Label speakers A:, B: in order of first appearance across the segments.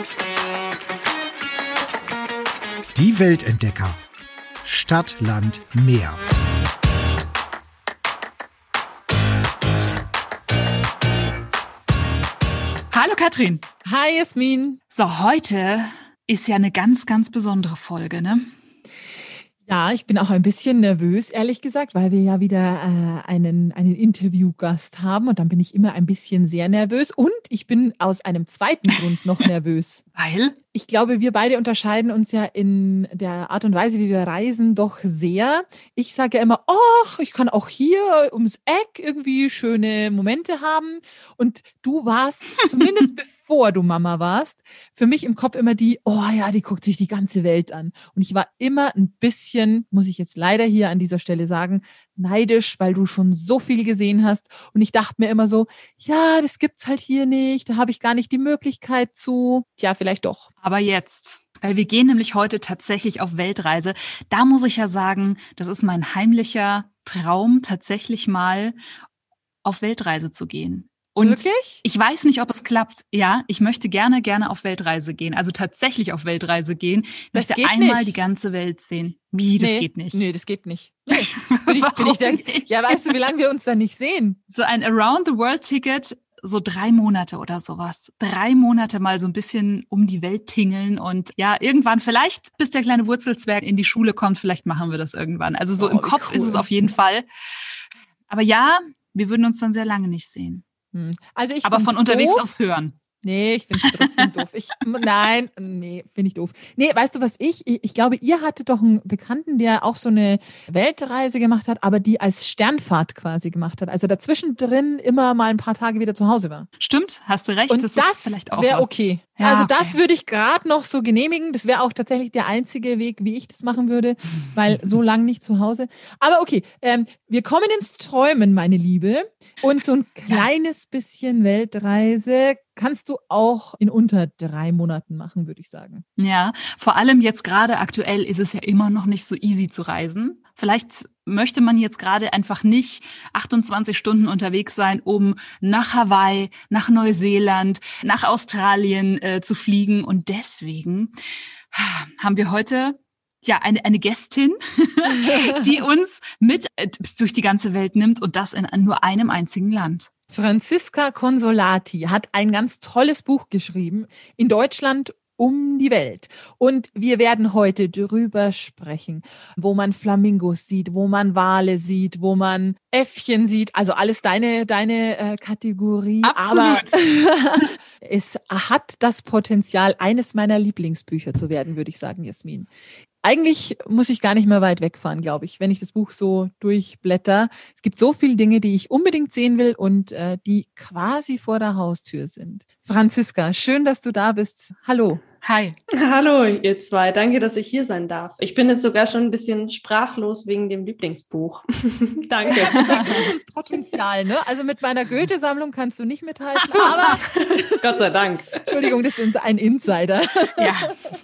A: Die Weltentdecker. Stadt, Land, Meer.
B: Hallo Katrin.
C: Hi Jasmin.
B: So, heute ist ja eine ganz, ganz besondere Folge, ne?
C: Ja, ich bin auch ein bisschen nervös, ehrlich gesagt, weil wir ja wieder einen Interviewgast haben und dann bin ich immer ein bisschen sehr nervös und ich bin aus einem zweiten Grund noch nervös.
B: Weil?
C: Ich glaube, wir beide unterscheiden uns ja in der Art und Weise, wie wir reisen, doch sehr. Ich sage ja immer, ach, ich kann auch hier ums Eck irgendwie schöne Momente haben. Und du warst, zumindest bevor du Mama warst, für mich im Kopf immer die, oh ja, die guckt sich die ganze Welt an. Und ich war immer ein bisschen, muss ich jetzt leider hier an dieser Stelle sagen, neidisch, weil du schon so viel gesehen hast. Und ich dachte mir immer so, ja, das gibt's halt hier nicht, da habe ich gar nicht die Möglichkeit zu. Tja, vielleicht doch.
B: Aber jetzt, weil wir gehen nämlich heute tatsächlich auf Weltreise. Da muss ich ja sagen, das ist mein heimlicher Traum, tatsächlich mal auf Weltreise zu gehen. Und
C: wirklich?
B: Ich weiß nicht, ob es klappt. Ja, ich möchte gerne auf Weltreise gehen. Also tatsächlich auf Weltreise gehen. Ich möchte einmal
C: nicht.
B: Die ganze Welt sehen. Wie, das geht nicht?
C: Nee, das geht nicht. Nee. Ja, weißt du, wie lange wir uns dann nicht sehen?
B: So ein Around-the-World-Ticket, so 3 Monate oder sowas. 3 Monate mal so ein bisschen um die Welt tingeln und ja, irgendwann vielleicht, bis der kleine Wurzelzwerg in die Schule kommt, vielleicht machen wir das irgendwann. Also so im Kopf ist es auf jeden Fall. Aber ja, wir würden uns dann sehr lange nicht sehen.
C: Also
B: aber von unterwegs aus hören.
C: Nee, ich finde es trotzdem doof. Finde ich doof. Nee, weißt du was ich glaube, ihr hattet doch einen Bekannten, der auch so eine Weltreise gemacht hat, aber die als Sternfahrt quasi gemacht hat. Also dazwischen drin immer mal ein paar Tage wieder zu Hause war.
B: Stimmt, hast du recht.
C: Und das
B: ist vielleicht auch
C: wäre okay.
B: Ja,
C: also das würde ich gerade noch so genehmigen. Das wäre auch tatsächlich der einzige Weg, wie ich das machen würde, weil so lang nicht zu Hause. Aber okay, wir kommen ins Träumen, meine Liebe. Und so ein kleines bisschen Weltreise kannst du auch in unter 3 Monaten machen, würde ich sagen.
B: Ja, vor allem jetzt gerade aktuell ist es ja immer noch nicht so easy zu reisen. Vielleicht möchte man jetzt gerade einfach nicht 28 Stunden unterwegs sein, um nach Hawaii, nach Neuseeland, nach Australien zu fliegen. Und deswegen haben wir heute eine Gästin, die uns mit durch die ganze Welt nimmt und das in nur einem einzigen Land.
C: Franziska Consolati hat ein ganz tolles Buch geschrieben, in Deutschland um die Welt. Und wir werden heute drüber sprechen, wo man Flamingos sieht, wo man Wale sieht, wo man Äffchen sieht. Also alles deine Kategorie.
B: Absolut.
C: Aber es hat das Potenzial, eines meiner Lieblingsbücher zu werden, würde ich sagen, Jasmin. Eigentlich muss ich gar nicht mehr weit wegfahren, glaube ich, wenn ich das Buch so durchblätter. Es gibt so viele Dinge, die ich unbedingt sehen will und die quasi vor der Haustür sind. Franziska, schön, dass du da bist. Hallo.
B: Hi.
D: Hallo, ihr zwei. Danke, dass ich hier sein darf. Ich bin jetzt sogar schon ein bisschen sprachlos wegen dem Lieblingsbuch. Danke.
C: Das ist Potenzial, ne? Also mit meiner Goethe-Sammlung kannst du nicht mithalten, aber
D: Gott sei Dank.
C: Entschuldigung, das ist ein Insider.
B: Ja.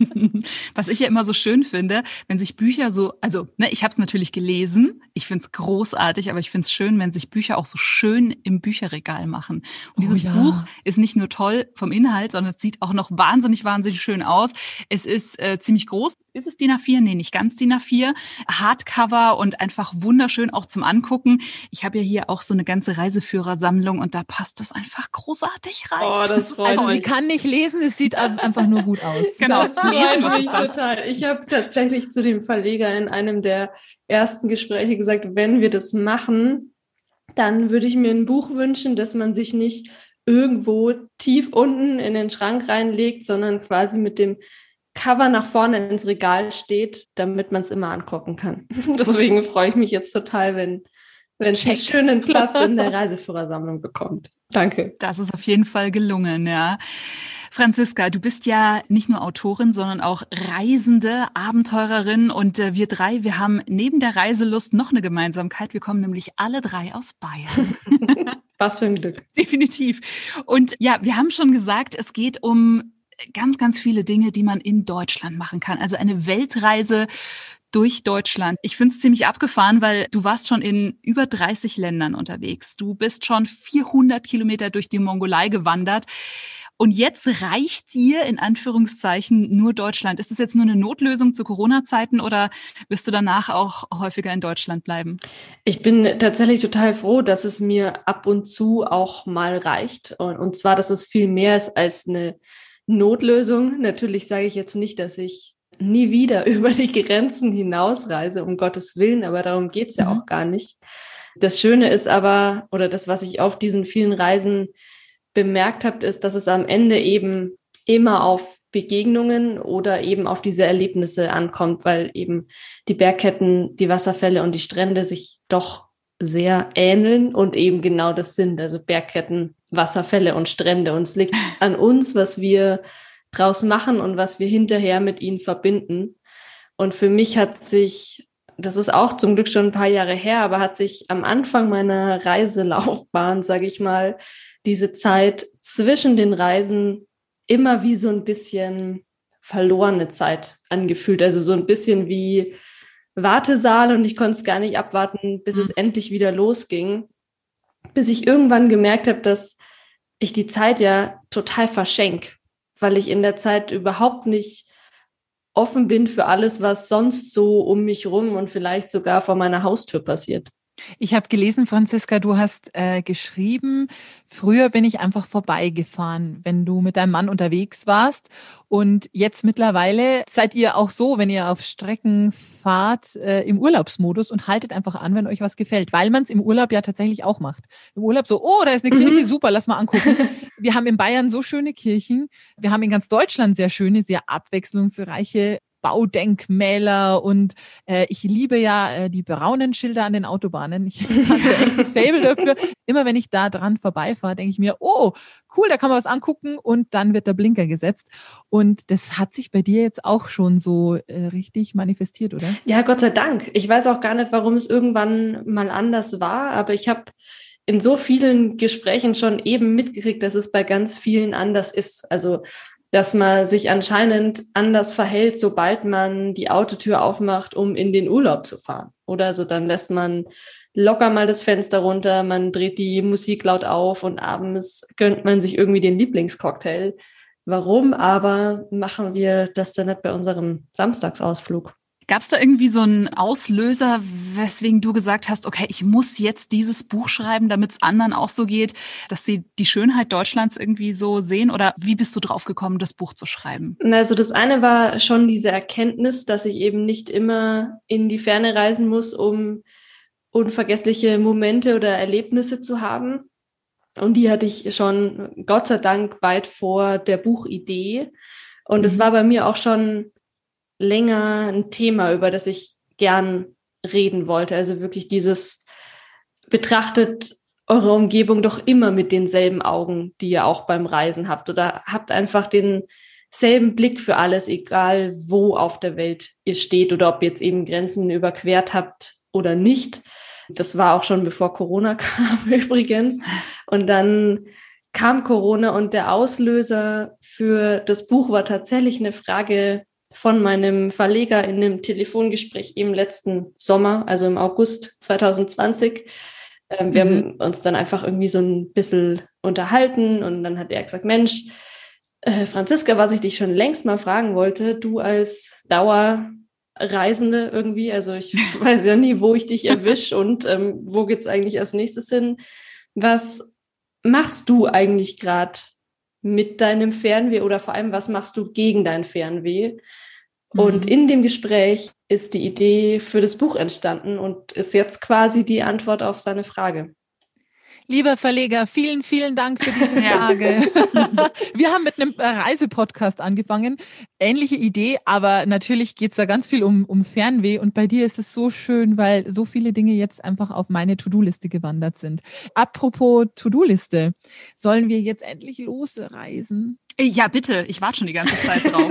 B: Was ich ja immer so schön finde, wenn sich Bücher so, also ich habe es natürlich gelesen, ich finde es großartig, aber ich finde es schön, wenn sich Bücher auch so schön im Bücherregal machen. Und dieses Buch ist nicht nur toll vom Inhalt, sondern es sieht auch noch wahnsinnig schön aus. Es ist ziemlich groß. Ist es DIN A4? Nee, nicht ganz DIN A4. Hardcover und einfach wunderschön auch zum Angucken. Ich habe ja hier auch so eine ganze Reiseführersammlung und da passt das einfach großartig rein.
D: Oh, das freut
C: Also
D: mich.
C: sie kann nicht lesen, es sieht einfach nur gut aus.
B: Genau,
D: Das freut mich total. Ich habe tatsächlich zu dem Verleger in einem der ersten Gespräche gesagt, wenn wir das machen, dann würde ich mir ein Buch wünschen, dass man sich nicht irgendwo tief unten in den Schrank reinlegt, sondern quasi mit dem Cover nach vorne ins Regal steht, damit man es immer angucken kann. Deswegen freue ich mich jetzt total, wenn es einen schönen Platz in der Reiseführersammlung bekommt. Danke.
B: Das ist auf jeden Fall gelungen, ja. Franziska, du bist ja nicht nur Autorin, sondern auch Reisende, Abenteurerin und wir drei, wir haben neben der Reiselust noch eine Gemeinsamkeit. Wir kommen nämlich alle 3 aus Bayern.
D: Was für ein Glück.
B: Definitiv. Und ja, wir haben schon gesagt, es geht um ganz, ganz viele Dinge, die man in Deutschland machen kann. Also eine Weltreise durch Deutschland. Ich finde es ziemlich abgefahren, weil du warst schon in über 30 Ländern unterwegs. Du bist schon 400 Kilometer durch die Mongolei gewandert. Und jetzt reicht dir in Anführungszeichen nur Deutschland. Ist das jetzt nur eine Notlösung zu Corona-Zeiten oder wirst du danach auch häufiger in Deutschland bleiben?
D: Ich bin tatsächlich total froh, dass es mir ab und zu auch mal reicht. Und zwar, dass es viel mehr ist als eine Notlösung. Natürlich sage ich jetzt nicht, dass ich nie wieder über die Grenzen hinausreise, um Gottes Willen, aber darum geht es ja auch gar nicht. Das Schöne ist aber, oder das, was ich auf diesen vielen Reisen bemerkt habe, ist, dass es am Ende eben immer auf Begegnungen oder eben auf diese Erlebnisse ankommt, weil eben die Bergketten, die Wasserfälle und die Strände sich doch sehr ähneln und eben genau das sind, also Bergketten, Wasserfälle und Strände. Und es liegt an uns, was wir draus machen und was wir hinterher mit ihnen verbinden. Und für mich hat sich, das ist auch zum Glück schon ein paar Jahre her, aber hat sich am Anfang meiner Reiselaufbahn, sage ich mal, diese Zeit zwischen den Reisen immer wie so ein bisschen verlorene Zeit angefühlt. Also so ein bisschen wie Wartesaal und ich konnte es gar nicht abwarten, bis es endlich wieder losging. Bis ich irgendwann gemerkt habe, dass ich die Zeit ja total verschenke, weil ich in der Zeit überhaupt nicht offen bin für alles, was sonst so um mich rum und vielleicht sogar vor meiner Haustür passiert.
C: Ich habe gelesen, Franziska, du hast geschrieben, früher bin ich einfach vorbeigefahren, wenn du mit deinem Mann unterwegs warst. Und jetzt mittlerweile seid ihr auch so, wenn ihr auf Strecken fahrt, im Urlaubsmodus und haltet einfach an, wenn euch was gefällt, weil man es im Urlaub ja tatsächlich auch macht. Im Urlaub so, oh, da ist eine Kirche, super, lass mal angucken. Wir haben in Bayern so schöne Kirchen. Wir haben in ganz Deutschland sehr schöne, sehr abwechslungsreiche Baudenkmäler und ich liebe ja die braunen Schilder an den Autobahnen. Ich habe echt ein Faible dafür. Immer wenn ich da dran vorbeifahre, denke ich mir, oh, cool, da kann man was angucken und dann wird der Blinker gesetzt. Und das hat sich bei dir jetzt auch schon so richtig manifestiert, oder?
D: Ja, Gott sei Dank. Ich weiß auch gar nicht, warum es irgendwann mal anders war, aber ich habe in so vielen Gesprächen schon eben mitgekriegt, dass es bei ganz vielen anders ist. Also dass man sich anscheinend anders verhält, sobald man die Autotür aufmacht, um in den Urlaub zu fahren. Oder so, dann lässt man locker mal das Fenster runter, man dreht die Musik laut auf und abends gönnt man sich irgendwie den Lieblingscocktail. Warum aber machen wir das dann nicht bei unserem Samstagsausflug?
B: Gab es da irgendwie so einen Auslöser, weswegen du gesagt hast, okay, ich muss jetzt dieses Buch schreiben, damit es anderen auch so geht, dass sie die Schönheit Deutschlands irgendwie so sehen? Oder wie bist du drauf gekommen, das Buch zu schreiben?
D: Also das eine war schon diese Erkenntnis, dass ich eben nicht immer in die Ferne reisen muss, um unvergessliche Momente oder Erlebnisse zu haben. Und die hatte ich schon, Gott sei Dank, weit vor der Buchidee. Und es war bei mir auch schon länger ein Thema, über das ich gern reden wollte. Also wirklich dieses, betrachtet eure Umgebung doch immer mit denselben Augen, die ihr auch beim Reisen habt. Oder habt einfach denselben Blick für alles, egal wo auf der Welt ihr steht oder ob ihr jetzt eben Grenzen überquert habt oder nicht. Das war auch schon bevor Corona kam übrigens. Und dann kam Corona und der Auslöser für das Buch war tatsächlich eine Frage von meinem Verleger in einem Telefongespräch im letzten Sommer, also im August 2020. Wir haben uns dann einfach irgendwie so ein bisschen unterhalten und dann hat er gesagt, Mensch, Franziska, was ich dich schon längst mal fragen wollte, du als Dauerreisende irgendwie, also ich weiß ja nie, wo ich dich erwische und wo geht's eigentlich als nächstes hin. Was machst du eigentlich gerade mit deinem Fernweh oder vor allem, was machst du gegen dein Fernweh? Und in dem Gespräch ist die Idee für das Buch entstanden und ist jetzt quasi die Antwort auf seine Frage.
C: Lieber Verleger, vielen, vielen Dank für diese Frage. Wir haben mit einem Reisepodcast angefangen. Ähnliche Idee, aber natürlich geht's da ganz viel um Fernweh. Und bei dir ist es so schön, weil so viele Dinge jetzt einfach auf meine To-Do-Liste gewandert sind. Apropos To-Do-Liste, sollen wir jetzt endlich losreisen?
B: Ja, bitte. Ich warte schon die ganze Zeit drauf.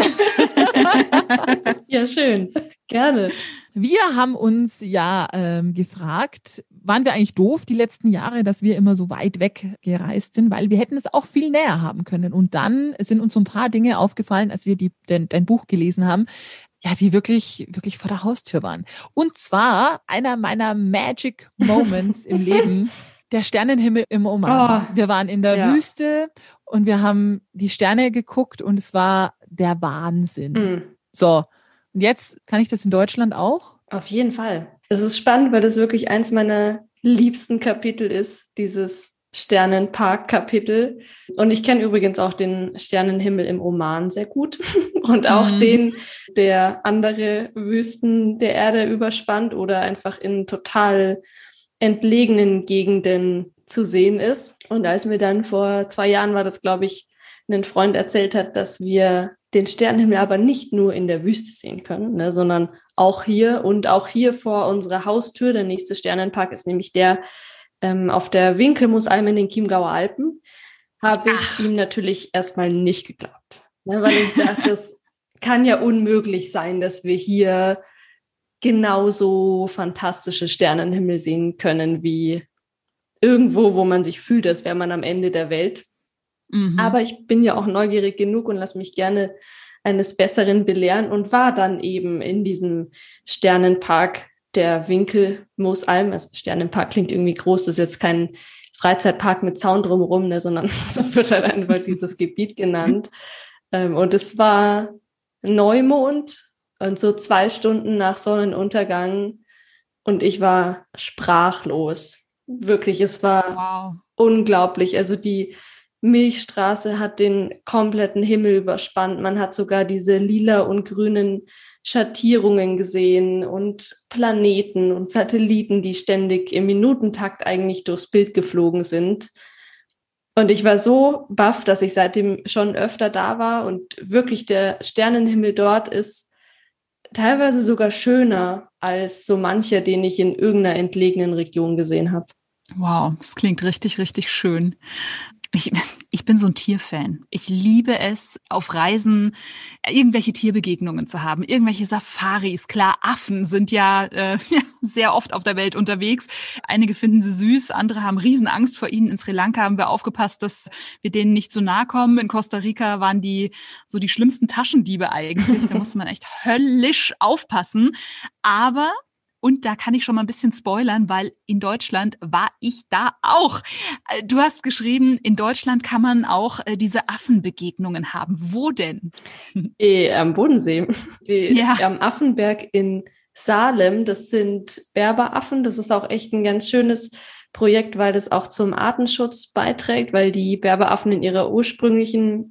D: Ja, schön. Gerne.
C: Wir haben uns ja gefragt, waren wir eigentlich doof die letzten Jahre, dass wir immer so weit weg gereist sind, weil wir hätten es auch viel näher haben können. Und dann sind uns so ein paar Dinge aufgefallen, als wir dein Buch gelesen haben, ja, die wirklich, wirklich vor der Haustür waren. Und zwar einer meiner Magic Moments im Leben. Der Sternenhimmel im Oman. Wir waren in der Wüste und wir haben die Sterne geguckt und es war der Wahnsinn.
D: Mhm.
C: So, und jetzt kann ich das in Deutschland auch?
D: Auf jeden Fall. Es ist spannend, weil das wirklich eins meiner liebsten Kapitel ist, dieses Sternenpark-Kapitel. Und ich kenne übrigens auch den Sternenhimmel im Oman sehr gut und auch den, der andere Wüsten der Erde überspannt oder einfach in total entlegenen Gegenden zu sehen ist. Und als mir dann vor 2 Jahren war das, glaube ich, ein Freund erzählt hat, dass wir den Sternenhimmel aber nicht nur in der Wüste sehen können, ne, sondern auch hier und auch hier vor unserer Haustür. Der nächste Sternenpark ist nämlich der auf der Winkelmusalm in den Chiemgauer Alpen. Habe ich ihm natürlich erstmal nicht geglaubt. Ne, weil ich dachte, das kann ja unmöglich sein, dass wir hier genauso fantastische Sternenhimmel sehen können wie irgendwo, wo man sich fühlt, als wäre man am Ende der Welt. Aber ich bin ja auch neugierig genug und lasse mich gerne eines Besseren belehren und war dann eben in diesem Sternenpark der Winkelmoosalm. Also Sternenpark klingt irgendwie groß, das ist jetzt kein Freizeitpark mit Zaun drumherum, ne, sondern so wird halt einfach dieses Gebiet genannt. Und es war Neumond und so 2 Stunden nach Sonnenuntergang und ich war sprachlos. Wirklich, es war unglaublich. Also die Milchstraße hat den kompletten Himmel überspannt. Man hat sogar diese lila und grünen Schattierungen gesehen und Planeten und Satelliten, die ständig im Minutentakt eigentlich durchs Bild geflogen sind. Und ich war so baff, dass ich seitdem schon öfter da war und wirklich der Sternenhimmel dort ist teilweise sogar schöner als so mancher, den ich in irgendeiner entlegenen Region gesehen habe.
B: Wow, das klingt richtig, richtig schön. Ich bin so ein Tierfan. Ich liebe es, auf Reisen irgendwelche Tierbegegnungen zu haben, irgendwelche Safaris. Klar, Affen sind ja sehr oft auf der Welt unterwegs. Einige finden sie süß, andere haben Riesenangst vor ihnen. In Sri Lanka haben wir aufgepasst, dass wir denen nicht zu nahe kommen. In Costa Rica waren die so die schlimmsten Taschendiebe eigentlich. Da musste man echt höllisch aufpassen. Aber und da kann ich schon mal ein bisschen spoilern, weil in Deutschland war ich da auch. Du hast geschrieben, in Deutschland kann man auch diese Affenbegegnungen haben. Wo denn?
D: Am Bodensee. Am Affenberg in Salem. Das sind Berberaffen. Das ist auch echt ein ganz schönes Projekt, weil das auch zum Artenschutz beiträgt, weil die Berberaffen in ihrem ursprünglichen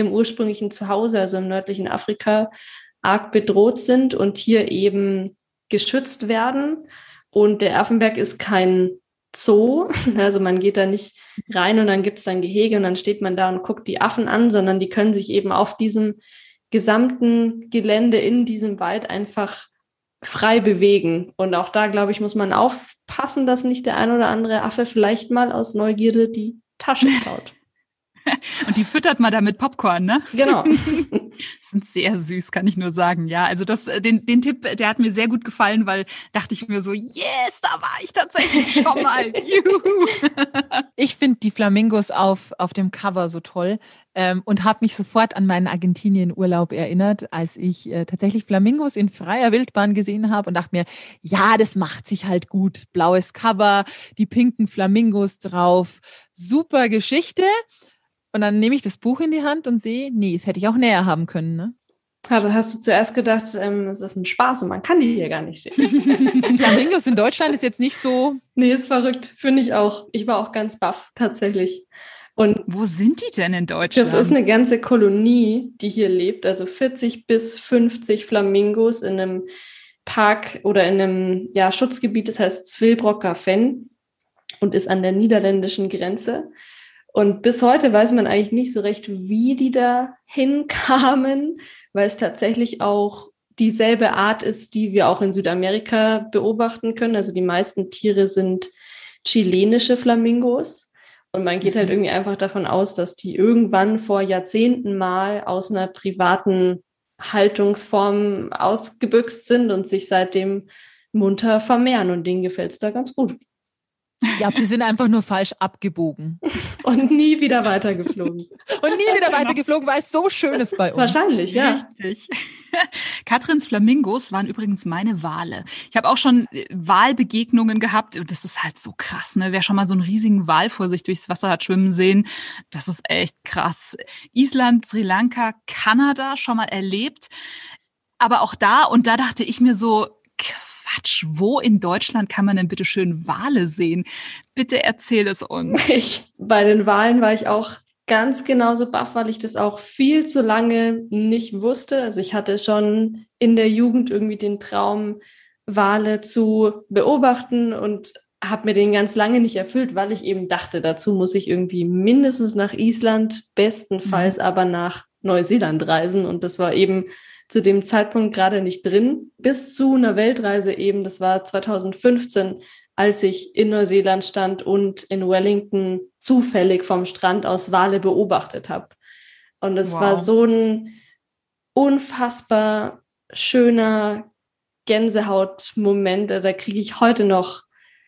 D: Zuhause, also im nördlichen Afrika, arg bedroht sind und hier eben geschützt werden. Und der Affenberg ist kein Zoo, also man geht da nicht rein und dann gibt es ein Gehege und dann steht man da und guckt die Affen an, sondern die können sich eben auf diesem gesamten Gelände in diesem Wald einfach frei bewegen. Und auch da, glaube ich, muss man aufpassen, dass nicht der ein oder andere Affe vielleicht mal aus Neugierde die Tasche klaut.
B: Und die füttert man da mit Popcorn, ne?
D: Genau.
B: Sind sehr süß, kann ich nur sagen. Ja, also den Tipp, der hat mir sehr gut gefallen, weil dachte ich mir so, yes, da war ich tatsächlich schon mal. Juhu.
C: Ich finde die Flamingos auf dem Cover so toll und habe mich sofort an meinen Argentinien-Urlaub erinnert, als ich tatsächlich Flamingos in freier Wildbahn gesehen habe und dachte mir, ja, das macht sich halt gut. Blaues Cover, die pinken Flamingos drauf, super Geschichte. Und dann nehme ich das Buch in die Hand und sehe, nee, das hätte ich auch näher haben können, ne?
D: Da hast du zuerst gedacht, es ist ein Spaß und man kann die hier gar nicht sehen.
C: Flamingos in Deutschland ist jetzt nicht so...
D: Nee, ist verrückt, finde ich auch. Ich war auch ganz baff, tatsächlich. Und
B: wo sind die denn in Deutschland?
D: Das ist eine ganze Kolonie, die hier lebt, also 40 bis 50 Flamingos in einem Park oder in einem Schutzgebiet, das heißt Zwilbrocker Fen und ist an der niederländischen Grenze. Und bis heute weiß man eigentlich nicht so recht, wie die da hinkamen, weil es tatsächlich auch dieselbe Art ist, die wir auch in Südamerika beobachten können. Also die meisten Tiere sind chilenische Flamingos. Und man geht halt irgendwie einfach davon aus, dass die irgendwann vor Jahrzehnten mal aus einer privaten Haltungsform ausgebüxt sind und sich seitdem munter vermehren. Und denen gefällt es da ganz gut.
C: Ich glaube, die sind einfach nur falsch abgebogen.
D: Und nie wieder weitergeflogen.
C: Und nie wieder weitergeflogen, weil es so schön ist bei uns.
D: Wahrscheinlich, ja.
B: Richtig. Katrins Flamingos waren übrigens meine Wale. Ich habe auch schon Walbegegnungen gehabt. Und das ist halt so krass, ne? Wer schon mal so einen riesigen Wal vor sich durchs Wasser hat schwimmen sehen, das ist echt krass. Island, Sri Lanka, Kanada schon mal erlebt. Aber auch da dachte ich mir so, Quatsch, wo in Deutschland kann man denn bitte schön Wale sehen? Bitte erzähl es uns.
D: Bei den Walen war ich auch ganz genauso baff, weil ich das auch viel zu lange nicht wusste. Also ich hatte schon in der Jugend irgendwie den Traum, Wale zu beobachten und habe mir den ganz lange nicht erfüllt, weil ich eben dachte, dazu muss ich irgendwie mindestens nach Island, bestenfalls aber nach Neuseeland reisen. Und das war eben zu dem Zeitpunkt gerade nicht drin, bis zu einer Weltreise eben, das war 2015, als ich in Neuseeland stand und in Wellington zufällig vom Strand aus Wale beobachtet habe. Und es war so ein unfassbar schöner Gänsehautmoment, da kriege ich heute noch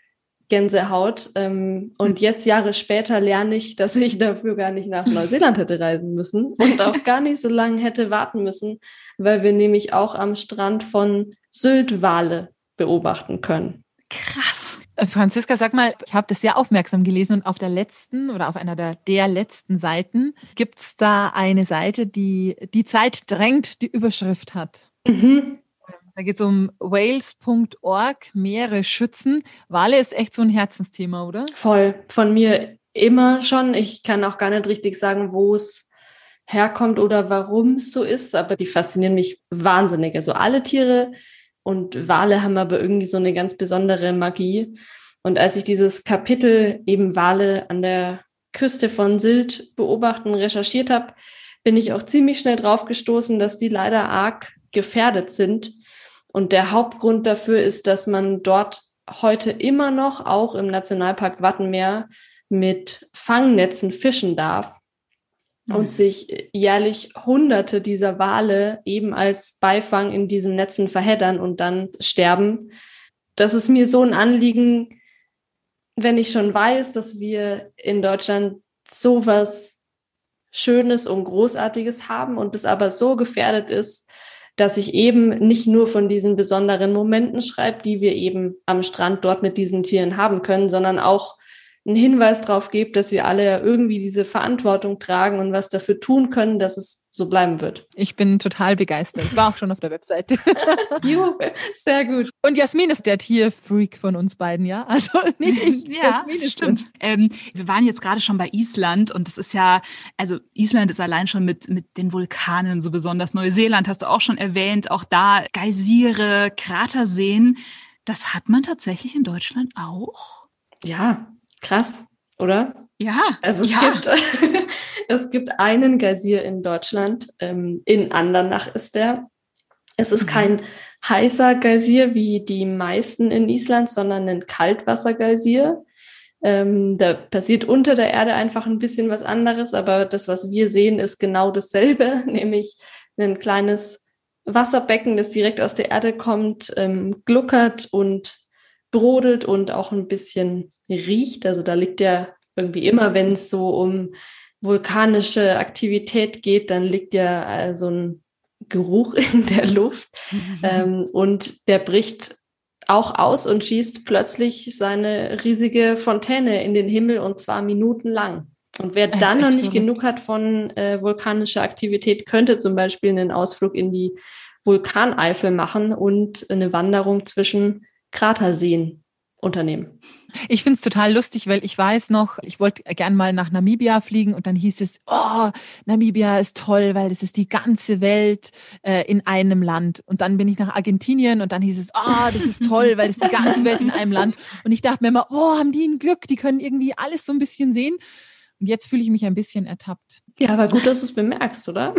D: Gänsehaut. Und jetzt Jahre später lerne ich, dass ich dafür gar nicht nach Neuseeland hätte reisen müssen und auch gar nicht so lange hätte warten müssen, weil wir nämlich auch am Strand von Sylt Wale beobachten können.
B: Krass.
C: Franziska, sag mal, ich habe das sehr aufmerksam gelesen und auf der letzten oder auf einer der letzten Seiten gibt es da eine Seite, die Die Zeit drängt, die Überschrift hat.
D: Mhm.
C: Da geht es um wales.org, Meere schützen. Wale ist echt so ein Herzensthema, oder?
D: Voll. Von mir immer schon. Ich kann auch gar nicht richtig sagen, wo es herkommt oder warum es so ist, aber die faszinieren mich wahnsinnig. Also alle Tiere und Wale haben aber irgendwie so eine ganz besondere Magie. Und als ich dieses Kapitel eben Wale an der Küste von Sylt beobachten, recherchiert habe, bin ich auch ziemlich schnell drauf gestoßen, dass die leider arg gefährdet sind. Und der Hauptgrund dafür ist, dass man dort heute immer noch, auch im Nationalpark Wattenmeer, mit Fangnetzen fischen darf und sich jährlich Hunderte dieser Wale eben als Beifang in diesen Netzen verheddern und dann sterben. Das ist mir so ein Anliegen, wenn ich schon weiß, dass wir in Deutschland sowas Schönes und Großartiges haben und es aber so gefährdet ist, dass ich eben nicht nur von diesen besonderen Momenten schreibe, die wir eben am Strand dort mit diesen Tieren haben können, sondern auch einen Hinweis darauf gebe, dass wir alle irgendwie diese Verantwortung tragen und was dafür tun können, dass es so bleiben wird.
C: Ich bin total begeistert. Ich war auch schon auf der Webseite.
D: Jo, sehr gut.
C: Und Jasmin ist der Tierfreak von uns beiden, ja? Also nicht ich,
B: Ja,
C: Jasmin ist
B: stimmt. Wir waren jetzt gerade schon bei Island und das ist ja, also Island ist allein schon mit den Vulkanen so besonders. Neuseeland hast du auch schon erwähnt, auch da Geysire, Kraterseen. Das hat man tatsächlich in Deutschland auch?
D: Ja, krass, oder?
B: Ja.
D: Also es gibt einen Geysir in Deutschland, in Andernach ist der. Es ist kein heißer Geysir wie die meisten in Island, sondern ein Kaltwassergeysir. Da passiert unter der Erde einfach ein bisschen was anderes, aber das, was wir sehen, ist genau dasselbe, nämlich ein kleines Wasserbecken, das direkt aus der Erde kommt, gluckert und brodelt und auch ein bisschen riecht. Also da liegt ja irgendwie immer, wenn es so um vulkanische Aktivität geht, dann liegt ja so ein Geruch in der Luft. Und der bricht auch aus und schießt plötzlich seine riesige Fontäne in den Himmel und zwar minutenlang. Und wer dann noch nicht genug hat von vulkanischer Aktivität, könnte zum Beispiel einen Ausflug in die Vulkaneifel machen und eine Wanderung zwischen Kraterseen unternehmen.
C: Ich finde es total lustig, weil ich weiß noch, ich wollte gern mal nach Namibia fliegen und dann hieß es, oh, Namibia ist toll, weil das ist die ganze Welt in einem Land. Und dann bin ich nach Argentinien und dann hieß es, oh, das ist toll, weil das ist die ganze Welt in einem Land. Und ich dachte mir immer, oh, haben die ein Glück, die können irgendwie alles so ein bisschen sehen. Und jetzt fühle ich mich ein bisschen ertappt.
D: Ja, aber gut, dass du es bemerkst, oder?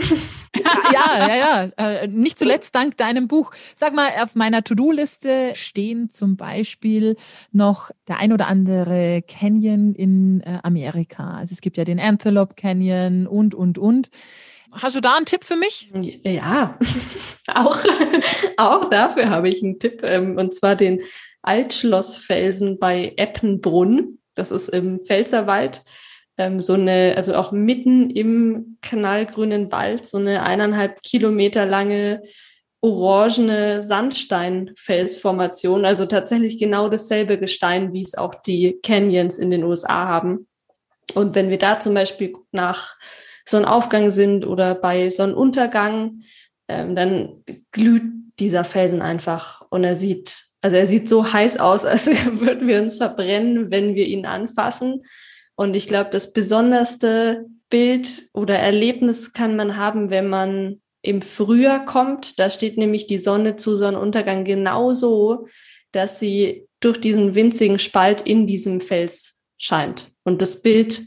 C: Ja. Nicht zuletzt dank deinem Buch. Sag mal, auf meiner To-Do-Liste stehen zum Beispiel noch der ein oder andere Canyon in Amerika. Also es gibt ja den Antelope Canyon und. Hast du da einen Tipp für mich?
D: Ja, auch dafür habe ich einen Tipp, und zwar den Altschlossfelsen bei Eppenbrunn. Das ist im Pfälzerwald. Also auch mitten im knallgrünen Wald, so eine 1,5 Kilometer lange orangene Sandsteinfelsformation, also tatsächlich genau dasselbe Gestein, wie es auch die Canyons in den USA haben. Und wenn wir da zum Beispiel nach Sonnenaufgang sind oder bei Sonnenuntergang, dann glüht dieser Felsen einfach und er sieht so heiß aus, als würden wir uns verbrennen, wenn wir ihn anfassen. Und ich glaube, das besonderste Bild oder Erlebnis kann man haben, wenn man im Frühjahr kommt. Da steht nämlich die Sonne zu Sonnenuntergang genau so, dass sie durch diesen winzigen Spalt in diesem Fels scheint. Und das Bild,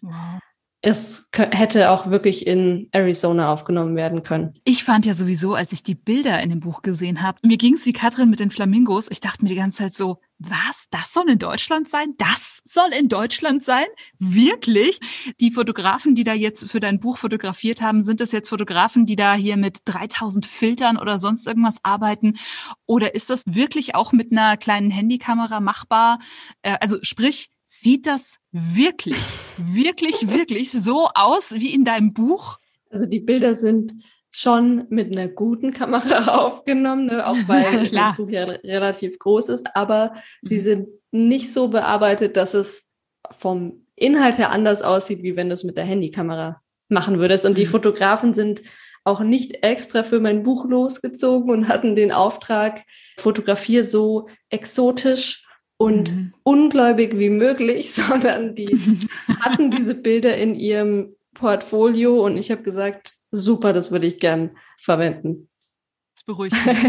D: hätte auch wirklich in Arizona aufgenommen werden können.
B: Ich fand ja sowieso, als ich die Bilder in dem Buch gesehen habe, mir ging es wie Katrin mit den Flamingos. Ich dachte mir die ganze Zeit so, was? Das soll in Deutschland sein? Das soll in Deutschland sein? Wirklich? Die Fotografen, die da jetzt für dein Buch fotografiert haben, sind das jetzt Fotografen, die da hier mit 3000 Filtern oder sonst irgendwas arbeiten? Oder ist das wirklich auch mit einer kleinen Handykamera machbar? Also sprich, sieht das wirklich so aus wie in deinem Buch?
D: Also die Bilder sind schon mit einer guten Kamera aufgenommen, ne? Auch weil das Buch ja relativ groß ist, aber sie sind nicht so bearbeitet, dass es vom Inhalt her anders aussieht, wie wenn du es mit der Handykamera machen würdest. Und die Fotografen sind auch nicht extra für mein Buch losgezogen und hatten den Auftrag, fotografier so exotisch und ungläubig wie möglich, sondern die hatten diese Bilder in ihrem Portfolio und ich habe gesagt, super, das würde ich gern verwenden.
B: Das beruhigt mich.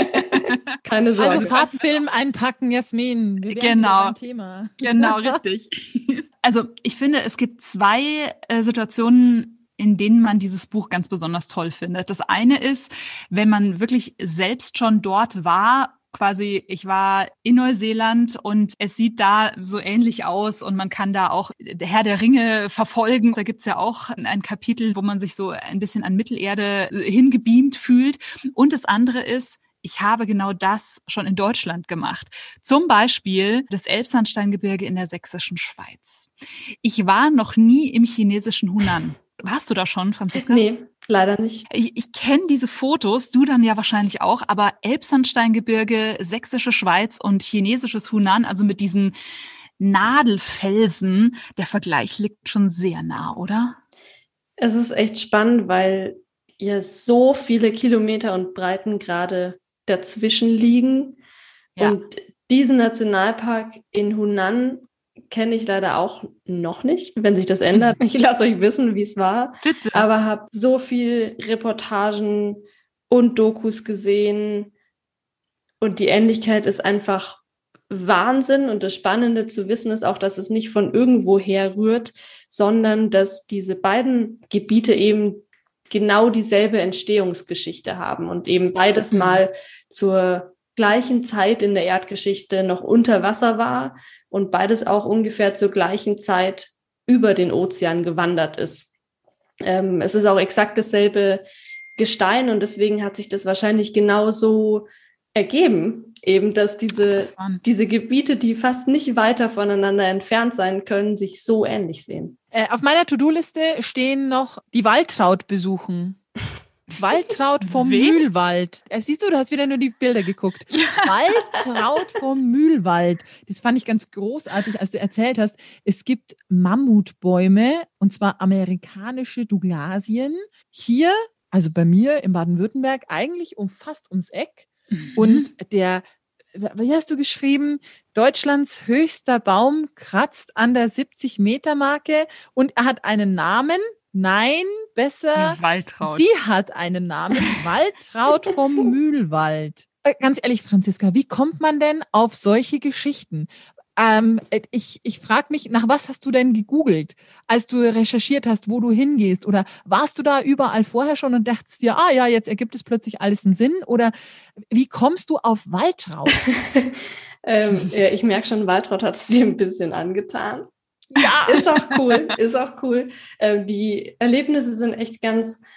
D: Keine Sorge.
C: Also Farbfilm einpacken, Jasmin. Wir
B: genau.
C: Beim Thema.
B: Genau, richtig. Also ich finde, es gibt 2 Situationen, in denen man dieses Buch ganz besonders toll findet. Das eine ist, wenn man wirklich selbst schon dort war, quasi, ich war in Neuseeland und es sieht da so ähnlich aus und man kann da auch der Herr der Ringe verfolgen. Da gibt's ja auch ein Kapitel, wo man sich so ein bisschen an Mittelerde hingebeamt fühlt. Und das andere ist, ich habe genau das schon in Deutschland gemacht. Zum Beispiel das Elbsandsteingebirge in der sächsischen Schweiz. Ich war noch nie im chinesischen Hunan. Warst du da schon, Franziska?
D: Nee, leider nicht.
B: Ich kenne diese Fotos, du dann ja wahrscheinlich auch, aber Elbsandsteingebirge, sächsische Schweiz und chinesisches Hunan, also mit diesen Nadelfelsen, der Vergleich liegt schon sehr nah, oder?
D: Es ist echt spannend, weil ja so viele Kilometer und Breitengrade dazwischen liegen. Ja. Und diesen Nationalpark in Hunan kenne ich leider auch noch nicht, wenn sich das ändert. Ich lasse euch wissen, wie es war.
B: Bitte.
D: Aber habe so viel Reportagen und Dokus gesehen und die Ähnlichkeit ist einfach Wahnsinn. Und das Spannende zu wissen ist auch, dass es nicht von irgendwo her rührt, sondern dass diese beiden Gebiete eben genau dieselbe Entstehungsgeschichte haben und eben beides mal zur gleichen Zeit in der Erdgeschichte noch unter Wasser war und beides auch ungefähr zur gleichen Zeit über den Ozean gewandert ist. Es ist auch exakt dasselbe Gestein und deswegen hat sich das wahrscheinlich genauso ergeben, eben dass diese Gebiete, die fast nicht weiter voneinander entfernt sein können, sich so ähnlich sehen.
C: Auf meiner To-Do-Liste stehen noch die Waltraud besuchen. Waltraud vom Mühlwald. Siehst du hast wieder nur die Bilder geguckt. Ja. Waltraud vom Mühlwald. Das fand ich ganz großartig, als du erzählt hast, es gibt Mammutbäume, und zwar amerikanische Douglasien. Hier, also bei mir in Baden-Württemberg, eigentlich fast ums Eck. Und wie hast du geschrieben? Deutschlands höchster Baum kratzt an der 70-Meter-Marke und er hat einen Namen. Nein, besser,
B: Waltraud.
C: Sie hat einen Namen, Waltraud vom Mühlwald. Ganz ehrlich, Franziska, wie kommt man denn auf solche Geschichten? Ich frage mich, nach was hast du denn gegoogelt, als du recherchiert hast, wo du hingehst? Oder warst du da überall vorher schon und dachtest dir, ja, jetzt ergibt es plötzlich alles einen Sinn? Oder wie kommst du auf Waltraud?
D: Ich merke schon, Waltraud hat es dir ein bisschen angetan. Ja, ist auch cool. Die Erlebnisse sind echt ganz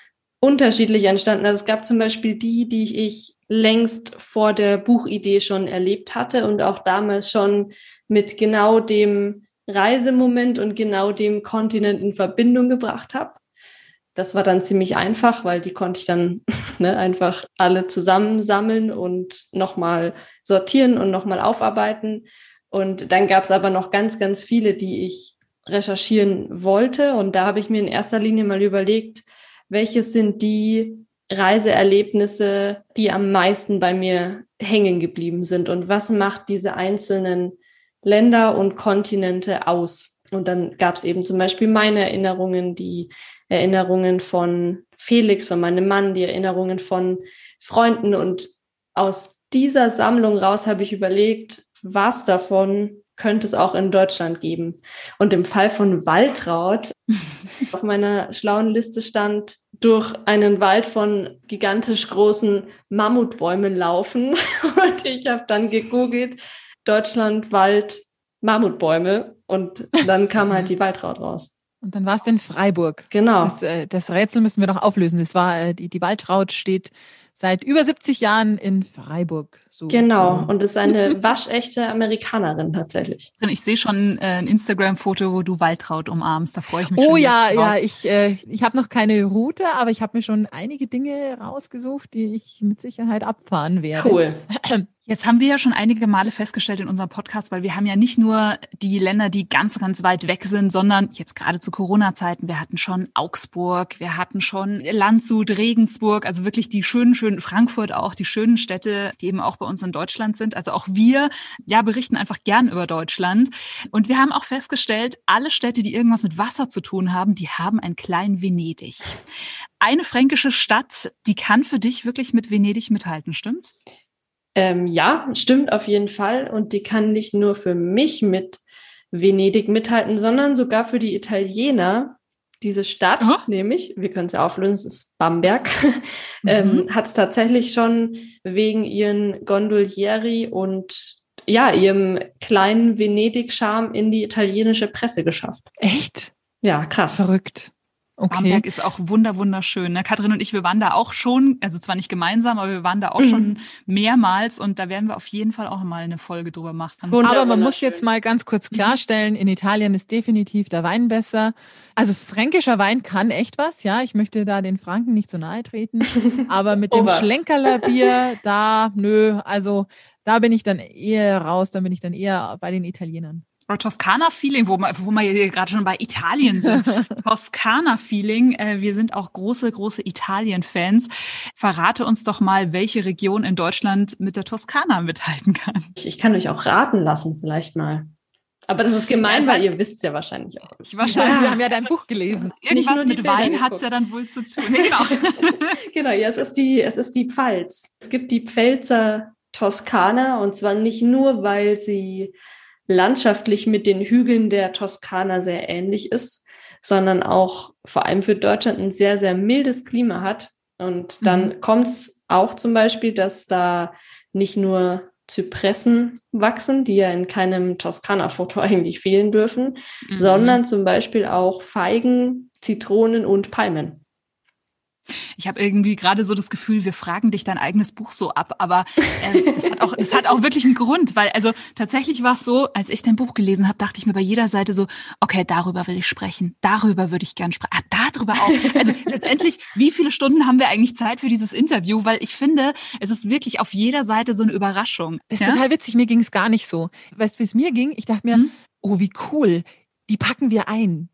D: unterschiedlich entstanden. Also es gab zum Beispiel die ich längst vor der Buchidee schon erlebt hatte und auch damals schon mit genau dem Reisemoment und genau dem Kontinent in Verbindung gebracht habe. Das war dann ziemlich einfach, weil die konnte ich dann einfach alle zusammensammeln und nochmal sortieren und nochmal aufarbeiten. Und dann gab es aber noch ganz, ganz viele, die ich recherchieren wollte. Und da habe ich mir in erster Linie mal überlegt, welche sind die Reiseerlebnisse, die am meisten bei mir hängen geblieben sind und was macht diese einzelnen Länder und Kontinente aus. Und dann gab es eben zum Beispiel meine Erinnerungen, die Erinnerungen von Felix, von meinem Mann, die Erinnerungen von Freunden. Und aus dieser Sammlung raus habe ich überlegt, was davon könnte es auch in Deutschland geben. Und im Fall von Waltraud auf meiner schlauen Liste stand, durch einen Wald von gigantisch großen Mammutbäumen laufen. Und ich habe dann gegoogelt, Deutschland, Wald, Mammutbäume. Und dann kam halt die Waltraud raus.
C: Und dann war es in Freiburg.
D: Genau.
C: Das Rätsel müssen wir noch auflösen. Das war, die Waltraud steht seit über 70 Jahren in Freiburg. So.
D: Genau, und ist eine waschechte Amerikanerin tatsächlich.
B: Ich sehe schon ein Instagram-Foto, wo du Waltraud umarmst. Da freue ich mich schon.
C: Oh ja, ich habe noch keine Route, aber ich habe mir schon einige Dinge rausgesucht, die ich mit Sicherheit abfahren werde.
D: Cool.
B: Jetzt haben wir ja schon einige Male festgestellt in unserem Podcast, weil wir haben ja nicht nur die Länder, die ganz, ganz weit weg sind, sondern jetzt gerade zu Corona-Zeiten, wir hatten schon Augsburg, wir hatten schon Landshut, Regensburg, also wirklich die schönen Frankfurt auch, die schönen Städte, die eben auch bei uns in Deutschland sind. Also auch wir, ja, berichten einfach gern über Deutschland. Und wir haben auch festgestellt, alle Städte, die irgendwas mit Wasser zu tun haben, die haben ein klein Venedig. Eine fränkische Stadt, die kann für dich wirklich mit Venedig mithalten, stimmt's?
D: Ja, stimmt auf jeden Fall. Und die kann nicht nur für mich mit Venedig mithalten, sondern sogar für die Italiener. Diese Stadt, nämlich, wir können es ja auflösen, es ist Bamberg, hat es tatsächlich schon wegen ihren Gondolieri und ja, ihrem kleinen Venedig-Charme in die italienische Presse geschafft.
C: Echt?
D: Ja, krass.
C: Verrückt. Okay.
B: Bamberg ist auch wunderschön. Ne? Katrin und ich, wir waren da auch schon, also zwar nicht gemeinsam, aber wir waren da auch schon mehrmals und da werden wir auf jeden Fall auch mal eine Folge drüber machen.
C: Aber man muss jetzt mal ganz kurz klarstellen, in Italien ist definitiv der Wein besser. Also fränkischer Wein kann echt was, ja. Ich möchte da den Franken nicht so nahe treten, aber mit dem Schlenkerler Bier, also da bin ich dann eher raus, da bin ich dann eher bei den Italienern.
B: Toskana-Feeling, wo wir hier gerade schon bei Italien sind. Toskana-Feeling, wir sind auch große Italien-Fans. Verrate uns doch mal, welche Region in Deutschland mit der Toskana mithalten kann.
D: Ich kann euch auch raten lassen, vielleicht mal. Aber das ist gemein, weil ihr wisst es ja wahrscheinlich auch.
C: Wir haben ja dein Buch gelesen.
B: Irgendwas mit Wein hat es ja dann wohl zu tun.
D: Genau, ja, es ist die Pfalz. Es gibt die Pfälzer Toskana und zwar nicht nur, weil sie landschaftlich mit den Hügeln der Toskana sehr ähnlich ist, sondern auch vor allem für Deutschland ein sehr, sehr mildes Klima hat. Und dann kommt es auch zum Beispiel, dass da nicht nur Zypressen wachsen, die ja in keinem Toskana-Foto eigentlich fehlen dürfen, sondern zum Beispiel auch Feigen, Zitronen und Palmen.
B: Ich habe irgendwie gerade so das Gefühl, wir fragen dich dein eigenes Buch so ab, aber es hat auch wirklich einen Grund, weil also tatsächlich war es so, als ich dein Buch gelesen habe, dachte ich mir bei jeder Seite so, okay, darüber will ich sprechen, darüber würde ich gern sprechen, darüber auch. Also letztendlich, wie viele Stunden haben wir eigentlich Zeit für dieses Interview, weil ich finde, es ist wirklich auf jeder Seite so eine Überraschung.
C: Das ist total witzig, mir ging es gar nicht so. Weißt du, wie es mir ging? Ich dachte mir, oh, wie cool, die packen wir ein.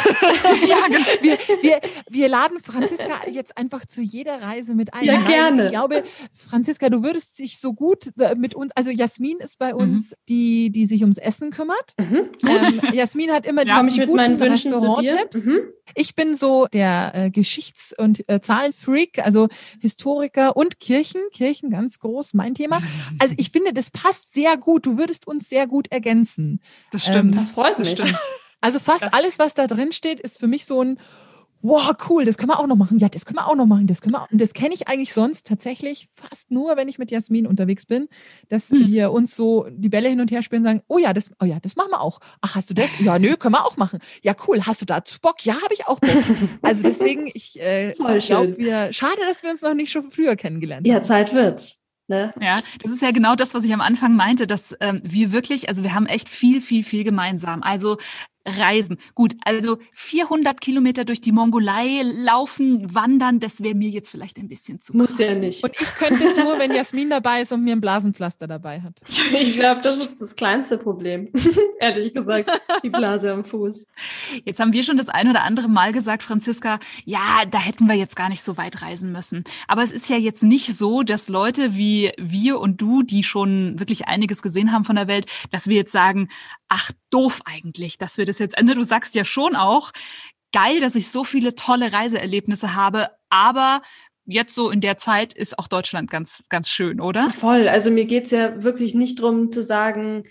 C: wir laden Franziska jetzt einfach zu jeder Reise mit ein.
D: Ja, gerne.
C: Ich glaube, Franziska, du würdest dich so gut mit uns, also Jasmin ist bei uns, die sich ums Essen kümmert. Jasmin hat immer die guten Restauranttipps. Ich bin so der Geschichts- und Zahlenfreak, also Historiker und Kirchen, ganz groß, mein Thema. Also ich finde, das passt sehr gut. Du würdest uns sehr gut ergänzen.
B: Das stimmt.
D: Das freut mich.
B: Stimmt.
C: Also fast alles, was da drin steht, ist für mich so ein wow, cool, das können wir auch noch machen. Ja, das können wir auch noch machen. Und das kenne ich eigentlich sonst tatsächlich fast nur, wenn ich mit Jasmin unterwegs bin, dass wir uns so die Bälle hin und her spielen und sagen, oh ja, das machen wir auch. Ach, hast du das? Ja, nö, können wir auch machen. Ja, cool, hast du dazu Bock? Ja, habe ich auch Bock. Also deswegen, ich glaube, schade, dass wir uns noch nicht schon früher kennengelernt haben.
D: Ja, Zeit wird's. Ne?
B: Ja, das ist ja genau das, was ich am Anfang meinte, dass wir wirklich, also wir haben echt viel, viel, viel gemeinsam. Also Reisen. Gut, also 400 Kilometer durch die Mongolei laufen, wandern, das wäre mir jetzt vielleicht ein bisschen zu
D: Muss
B: krass.
D: ja nicht.
C: Und ich könnte es nur, wenn Jasmin dabei ist und mir ein Blasenpflaster dabei hat.
D: Ich glaube, das ist das kleinste Problem. Ehrlich gesagt, die Blase am Fuß.
B: Jetzt haben wir schon das ein oder andere Mal gesagt, Franziska, ja, da hätten wir jetzt gar nicht so weit reisen müssen. Aber es ist ja jetzt nicht so, dass Leute wie wir und du, die schon wirklich einiges gesehen haben von der Welt, dass wir jetzt sagen, ach, doof eigentlich, dass wir das jetzt, du sagst ja schon auch, geil, dass ich so viele tolle Reiseerlebnisse habe, aber jetzt so in der Zeit ist auch Deutschland ganz, ganz schön, oder?
D: Voll, also mir geht's ja wirklich nicht darum zu sagen,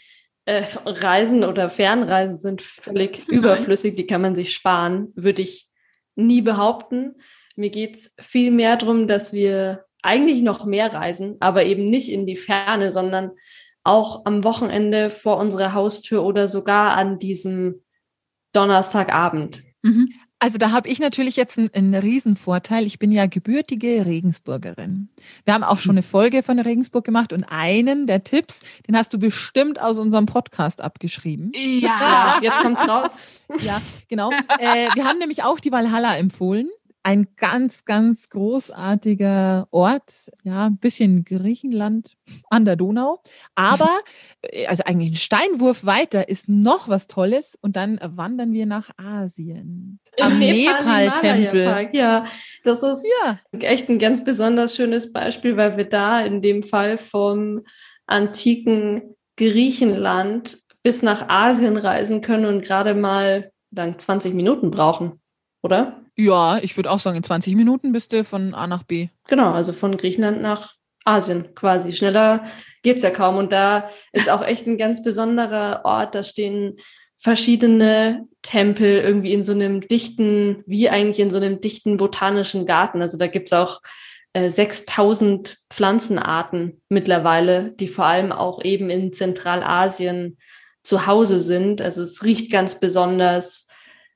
D: Reisen oder Fernreisen sind völlig überflüssig, die kann man sich sparen, würde ich nie behaupten. Mir geht's viel mehr darum, dass wir eigentlich noch mehr reisen, aber eben nicht in die Ferne, sondern auch am Wochenende vor unserer Haustür oder sogar an diesem Donnerstagabend.
B: Mhm.
C: Also da habe ich natürlich jetzt einen Riesenvorteil. Ich bin ja gebürtige Regensburgerin. Wir haben auch schon eine Folge von Regensburg gemacht und einen der Tipps, den hast du bestimmt aus unserem Podcast abgeschrieben.
B: Ja,
D: jetzt kommt's raus.
C: Ja, genau. Wir haben nämlich auch die Walhalla empfohlen. Ein ganz, ganz großartiger Ort, ja, ein bisschen Griechenland an der Donau. Aber, also eigentlich ein Steinwurf weiter ist noch was Tolles und dann wandern wir nach Asien. Am Nepal-Tempel.
D: Ja, das ist echt ein ganz besonders schönes Beispiel, weil wir da in dem Fall vom antiken Griechenland bis nach Asien reisen können und gerade mal dann 20 Minuten brauchen, oder?
C: Ja, ich würde auch sagen, in 20 Minuten bist du von A nach B.
D: Genau, also von Griechenland nach Asien quasi. Schneller geht's ja kaum. Und da ist auch echt ein ganz besonderer Ort. Da stehen verschiedene Tempel irgendwie in so einem dichten, wie eigentlich in so einem dichten botanischen Garten. Also da gibt's auch 6000 Pflanzenarten mittlerweile, die vor allem auch eben in Zentralasien zu Hause sind. Also es riecht ganz besonders.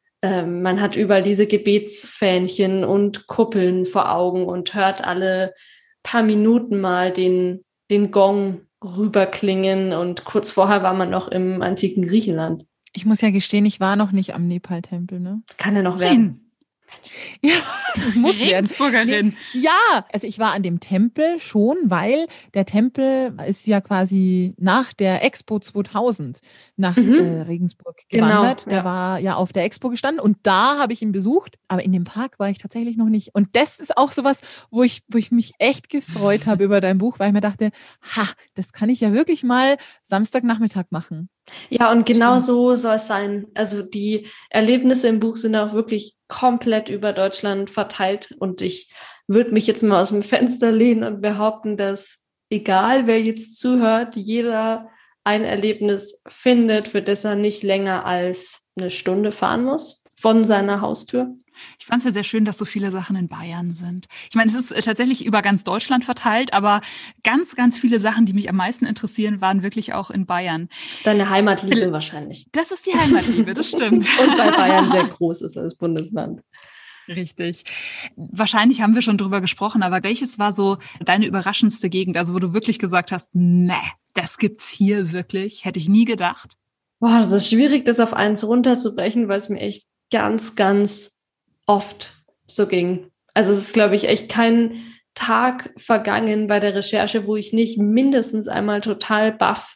D: Man hat überall diese Gebetsfähnchen und Kuppeln vor Augen und hört alle paar Minuten mal den Gong rüberklingen. Und kurz vorher war man noch im antiken Griechenland.
C: Ich muss ja gestehen, ich war noch nicht am Nepal-Tempel, ne?
D: Kann er noch werden.
C: Ja, das muss
B: Regensburgerin.
C: Ja, also ich war an dem Tempel schon, weil der Tempel ist ja quasi nach der Expo 2000 nach Regensburg gewandert.
D: Genau, ja.
C: Der war ja auf der Expo gestanden und da habe ich ihn besucht, aber in dem Park war ich tatsächlich noch nicht. Und das ist auch sowas, wo ich mich echt gefreut habe über dein Buch, weil ich mir dachte, das kann ich ja wirklich mal Samstagnachmittag machen.
D: Ja, und genau so soll es sein. Also die Erlebnisse im Buch sind auch wirklich komplett über Deutschland verteilt. Und ich würde mich jetzt mal aus dem Fenster lehnen und behaupten, dass egal wer jetzt zuhört, jeder ein Erlebnis findet, für das er nicht länger als eine Stunde fahren muss von seiner Haustür.
B: Ich fand es ja sehr schön, dass so viele Sachen in Bayern sind. Ich meine, es ist tatsächlich über ganz Deutschland verteilt, aber ganz, ganz viele Sachen, die mich am meisten interessieren, waren wirklich auch in Bayern.
D: Das ist deine Heimatliebe wahrscheinlich.
B: Das ist die Heimatliebe, das stimmt.
D: Und weil Bayern sehr groß ist als Bundesland.
B: Richtig. Wahrscheinlich haben wir schon drüber gesprochen, aber welches war so deine überraschendste Gegend, also wo du wirklich gesagt hast, nee, das gibt's hier wirklich? Hätte ich nie gedacht.
D: Boah, das ist schwierig, das auf eins runterzubrechen, weil es mir echt ganz, ganz oft so ging. Also es ist, glaube ich, echt kein Tag vergangen bei der Recherche, wo ich nicht mindestens einmal total baff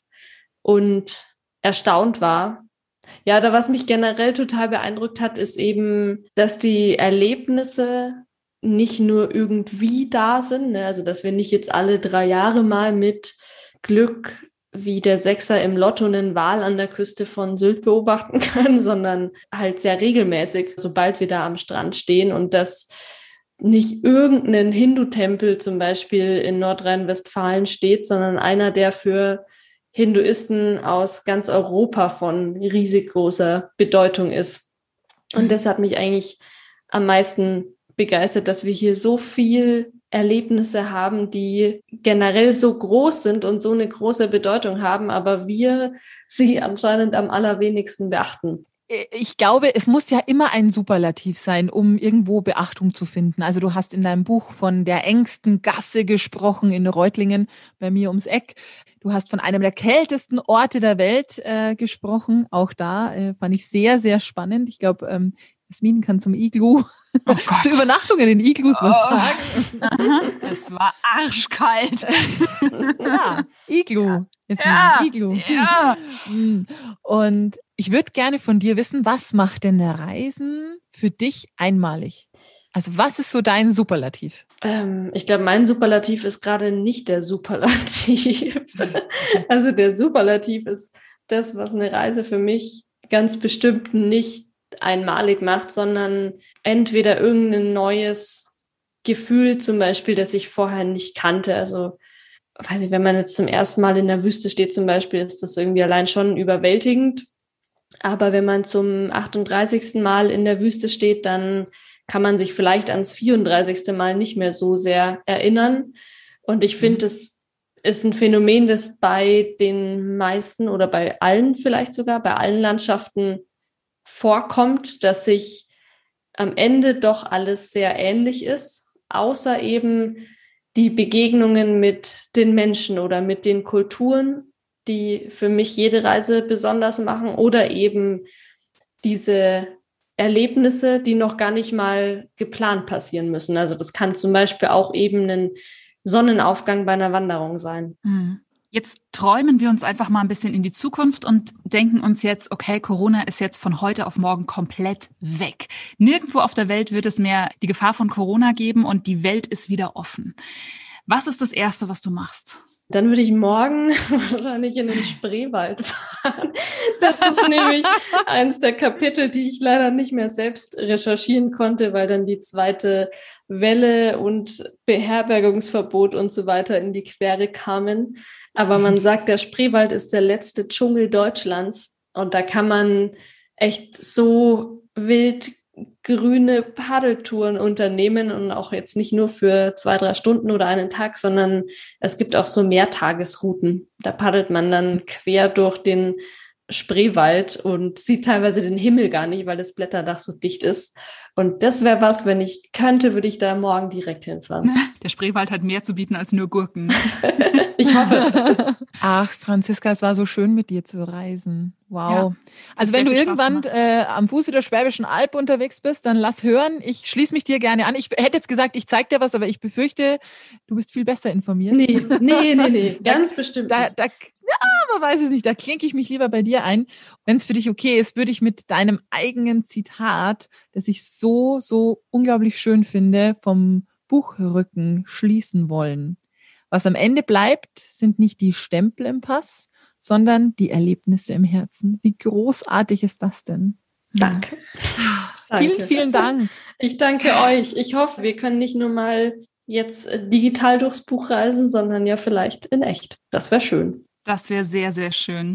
D: und erstaunt war. Ja, was mich generell total beeindruckt hat, ist eben, dass die Erlebnisse nicht nur irgendwie da sind, ne? Also dass wir nicht jetzt alle 3 Jahre mal mit Glück wie der Sechser im Lotto einen Wal an der Küste von Sylt beobachten können, sondern halt sehr regelmäßig, sobald wir da am Strand stehen und dass nicht irgendein Hindu-Tempel zum Beispiel in Nordrhein-Westfalen steht, sondern einer, der für Hinduisten aus ganz Europa von riesig großer Bedeutung ist. Und das hat mich eigentlich am meisten begeistert, dass wir hier so viel Erlebnisse haben, die generell so groß sind und so eine große Bedeutung haben, aber wir sie anscheinend am allerwenigsten beachten.
C: Ich glaube, es muss ja immer ein Superlativ sein, um irgendwo Beachtung zu finden. Also du hast in deinem Buch von der engsten Gasse gesprochen in Reutlingen, bei mir ums Eck. Du hast von einem der kältesten Orte der Welt gesprochen. Auch da fand ich sehr, sehr spannend. Ich glaube, Jasmin kann zum Iglu, zu Übernachtungen in Iglus was sagen.
B: Aha. Es war arschkalt.
C: Ja, Iglu. Jasmin,
B: Ja,
C: Iglu.
B: ja.
C: Und ich würde gerne von dir wissen, was macht denn Reisen für dich einmalig? Also was ist so dein Superlativ?
D: Ich glaube, mein Superlativ ist gerade nicht der Superlativ. Also der Superlativ ist das, was eine Reise für mich ganz bestimmt nicht einmalig macht, sondern entweder irgendein neues Gefühl zum Beispiel, das ich vorher nicht kannte. Also weiß ich, wenn man jetzt zum ersten Mal in der Wüste steht zum Beispiel, ist das irgendwie allein schon überwältigend. Aber wenn man zum 38. Mal in der Wüste steht, dann kann man sich vielleicht ans 34. Mal nicht mehr so sehr erinnern. Und ich finde, das ist ein Phänomen, das bei den meisten oder bei allen vielleicht sogar, bei allen Landschaften vorkommt, dass sich am Ende doch alles sehr ähnlich ist, außer eben die Begegnungen mit den Menschen oder mit den Kulturen, die für mich jede Reise besonders machen, oder eben diese Erlebnisse, die noch gar nicht mal geplant passieren müssen. Also das kann zum Beispiel auch eben ein Sonnenaufgang bei einer Wanderung sein.
B: Jetzt träumen wir uns einfach mal ein bisschen in die Zukunft und denken uns jetzt, okay, Corona ist jetzt von heute auf morgen komplett weg. Nirgendwo auf der Welt wird es mehr die Gefahr von Corona geben und die Welt ist wieder offen. Was ist das Erste, was du machst?
D: Dann würde ich morgen wahrscheinlich in den Spreewald fahren. Das ist nämlich eins der Kapitel, die ich leider nicht mehr selbst recherchieren konnte, weil dann die zweite Welle und Beherbergungsverbot und so weiter in die Quere kamen. Aber man sagt, der Spreewald ist der letzte Dschungel Deutschlands und da kann man echt so wild grüne Paddeltouren unternehmen und auch jetzt nicht nur für 2-3 Stunden oder einen Tag, sondern es gibt auch so Mehrtagesrouten. Da paddelt man dann quer durch den Spreewald und sieht teilweise den Himmel gar nicht, weil das Blätterdach so dicht ist. Und das wäre was, wenn ich könnte, würde ich da morgen direkt hinfahren.
B: Der Spreewald hat mehr zu bieten als nur Gurken.
D: Ich hoffe.
C: Ach, Franziska, es war so schön, mit dir zu reisen. Wow. Ja, also wenn du irgendwann am Fuße der Schwäbischen Alb unterwegs bist, dann lass hören. Ich schließe mich dir gerne an. Ich hätte jetzt gesagt, ich zeige dir was, aber ich befürchte, du bist viel besser informiert.
D: Nee. Ganz bestimmt nicht.
C: Man weiß es nicht. Da klinke ich mich lieber bei dir ein. Wenn es für dich okay ist, würde ich mit deinem eigenen Zitat, das ich so, so unglaublich schön finde, vom Buchrücken schließen wollen. Was am Ende bleibt, sind nicht die Stempel im Pass, sondern die Erlebnisse im Herzen. Wie großartig ist das denn?
D: Danke.
C: Vielen, vielen Dank.
D: Ich danke euch. Ich hoffe, wir können nicht nur mal jetzt digital durchs Buch reisen, sondern ja vielleicht in echt. Das wäre schön.
B: Das wäre sehr, sehr schön.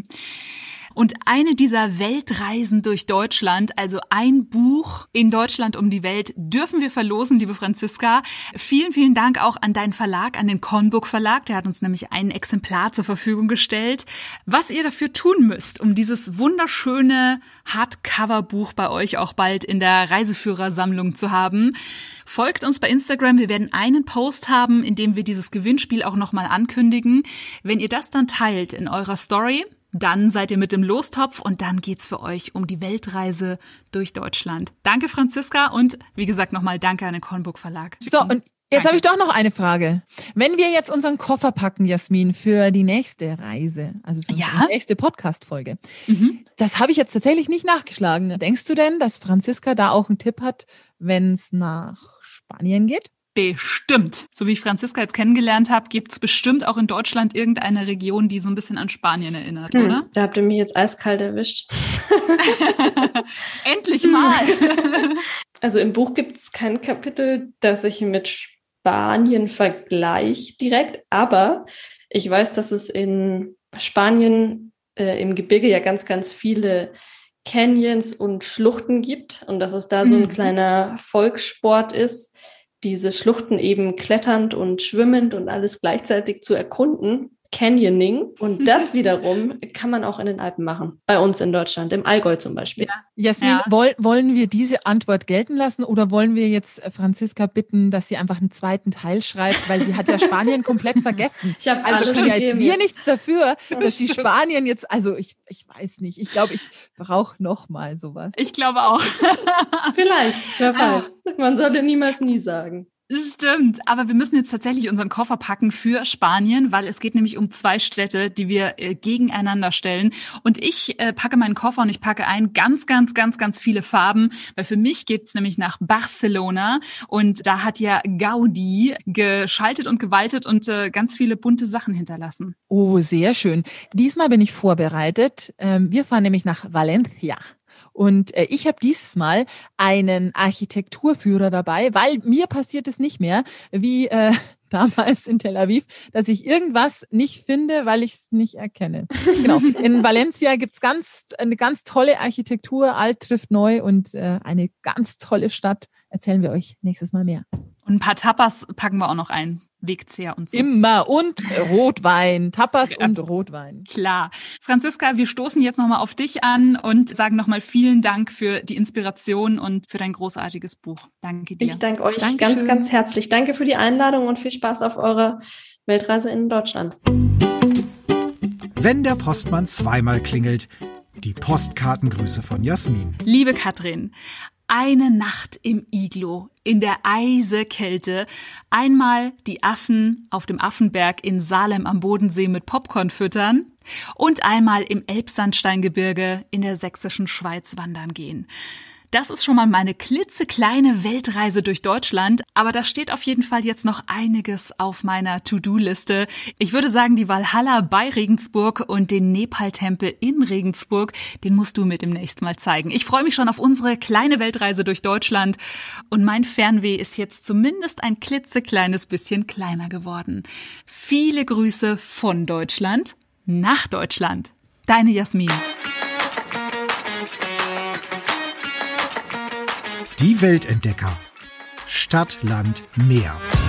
B: Und eine dieser Weltreisen durch Deutschland, also ein Buch in Deutschland um die Welt, dürfen wir verlosen, liebe Franziska. Vielen, vielen Dank auch an deinen Verlag, an den Kornburg Verlag. Der hat uns nämlich ein Exemplar zur Verfügung gestellt. Was ihr dafür tun müsst, um dieses wunderschöne Hardcover-Buch bei euch auch bald in der Reiseführersammlung zu haben, folgt uns bei Instagram. Wir werden einen Post haben, in dem wir dieses Gewinnspiel auch nochmal ankündigen. Wenn ihr das dann teilt in eurer Story, dann seid ihr mit dem Lostopf und dann geht's für euch um die Weltreise durch Deutschland. Danke, Franziska, und wie gesagt nochmal danke an den Kornburg Verlag.
C: So, und jetzt habe ich doch noch eine Frage. Wenn wir jetzt unseren Koffer packen, Jasmin, für die nächste Reise, also für die nächste Podcast-Folge, das habe ich jetzt tatsächlich nicht nachgeschlagen. Denkst du denn, dass Franziska da auch einen Tipp hat, wenn es nach Spanien geht?
B: Bestimmt. So wie ich Franziska jetzt kennengelernt habe, gibt es bestimmt auch in Deutschland irgendeine Region, die so ein bisschen an Spanien erinnert, oder?
D: Da habt ihr mich jetzt eiskalt erwischt.
B: Endlich mal!
D: Also im Buch gibt es kein Kapitel, das ich mit Spanien vergleiche direkt, aber ich weiß, dass es in Spanien im Gebirge ja ganz, ganz viele Canyons und Schluchten gibt und dass es da so ein kleiner Volkssport ist, diese Schluchten eben kletternd und schwimmend und alles gleichzeitig zu erkunden. Canyoning. Und das wiederum kann man auch in den Alpen machen. Bei uns in Deutschland, im Allgäu zum Beispiel.
C: Ja. Jasmin, wollen wir diese Antwort gelten lassen oder wollen wir jetzt Franziska bitten, dass sie einfach einen zweiten Teil schreibt, weil sie hat ja Spanien komplett vergessen. Also können ja jetzt wir nichts dafür, dass die Spanien jetzt, also ich weiß nicht. Ich glaube, ich brauche noch mal sowas.
B: Ich glaube auch.
D: Vielleicht, wer weiß. Man sollte niemals nie sagen.
B: Stimmt, aber wir müssen jetzt tatsächlich unseren Koffer packen für Spanien, weil es geht nämlich um 2 Städte, die wir gegeneinander stellen. Und ich packe meinen Koffer und ich packe ein ganz viele Farben, weil für mich geht's nämlich nach Barcelona und da hat ja Gaudí geschaltet und gewaltet und ganz viele bunte Sachen hinterlassen.
C: Oh, sehr schön. Diesmal bin ich vorbereitet. Wir fahren nämlich nach Valencia. Und ich habe dieses Mal einen Architekturführer dabei, weil mir passiert es nicht mehr, wie damals in Tel Aviv, dass ich irgendwas nicht finde, weil ich es nicht erkenne. Genau. In Valencia gibt's eine ganz tolle Architektur, alt trifft neu und eine ganz tolle Stadt. Erzählen wir euch nächstes Mal mehr.
B: Und ein paar Tapas packen wir auch noch ein. Wegzehr und so.
C: Immer. Und Rotwein. Tapas und Rotwein.
B: Klar. Franziska, wir stoßen jetzt nochmal auf dich an und sagen nochmal vielen Dank für die Inspiration und für dein großartiges Buch. Danke dir.
D: Ich danke euch ganz herzlich. Danke für die Einladung und viel Spaß auf eurer Weltreise in Deutschland.
A: Wenn der Postmann zweimal klingelt, die Postkartengrüße von Jasmin.
B: Liebe Katrin, eine Nacht im Iglo, in der Eisekälte, einmal die Affen auf dem Affenberg in Salem am Bodensee mit Popcorn füttern und einmal im Elbsandsteingebirge in der sächsischen Schweiz wandern gehen. Das ist schon mal meine klitzekleine Weltreise durch Deutschland, aber da steht auf jeden Fall jetzt noch einiges auf meiner To-Do-Liste. Ich würde sagen, die Walhalla bei Regensburg und den Nepal-Tempel in Regensburg, den musst du mir demnächst mal zeigen. Ich freue mich schon auf unsere kleine Weltreise durch Deutschland und mein Fernweh ist jetzt zumindest ein klitzekleines bisschen kleiner geworden. Viele Grüße von Deutschland nach Deutschland. Deine Jasmin.
A: Die Weltentdecker. Stadt, Land, Meer.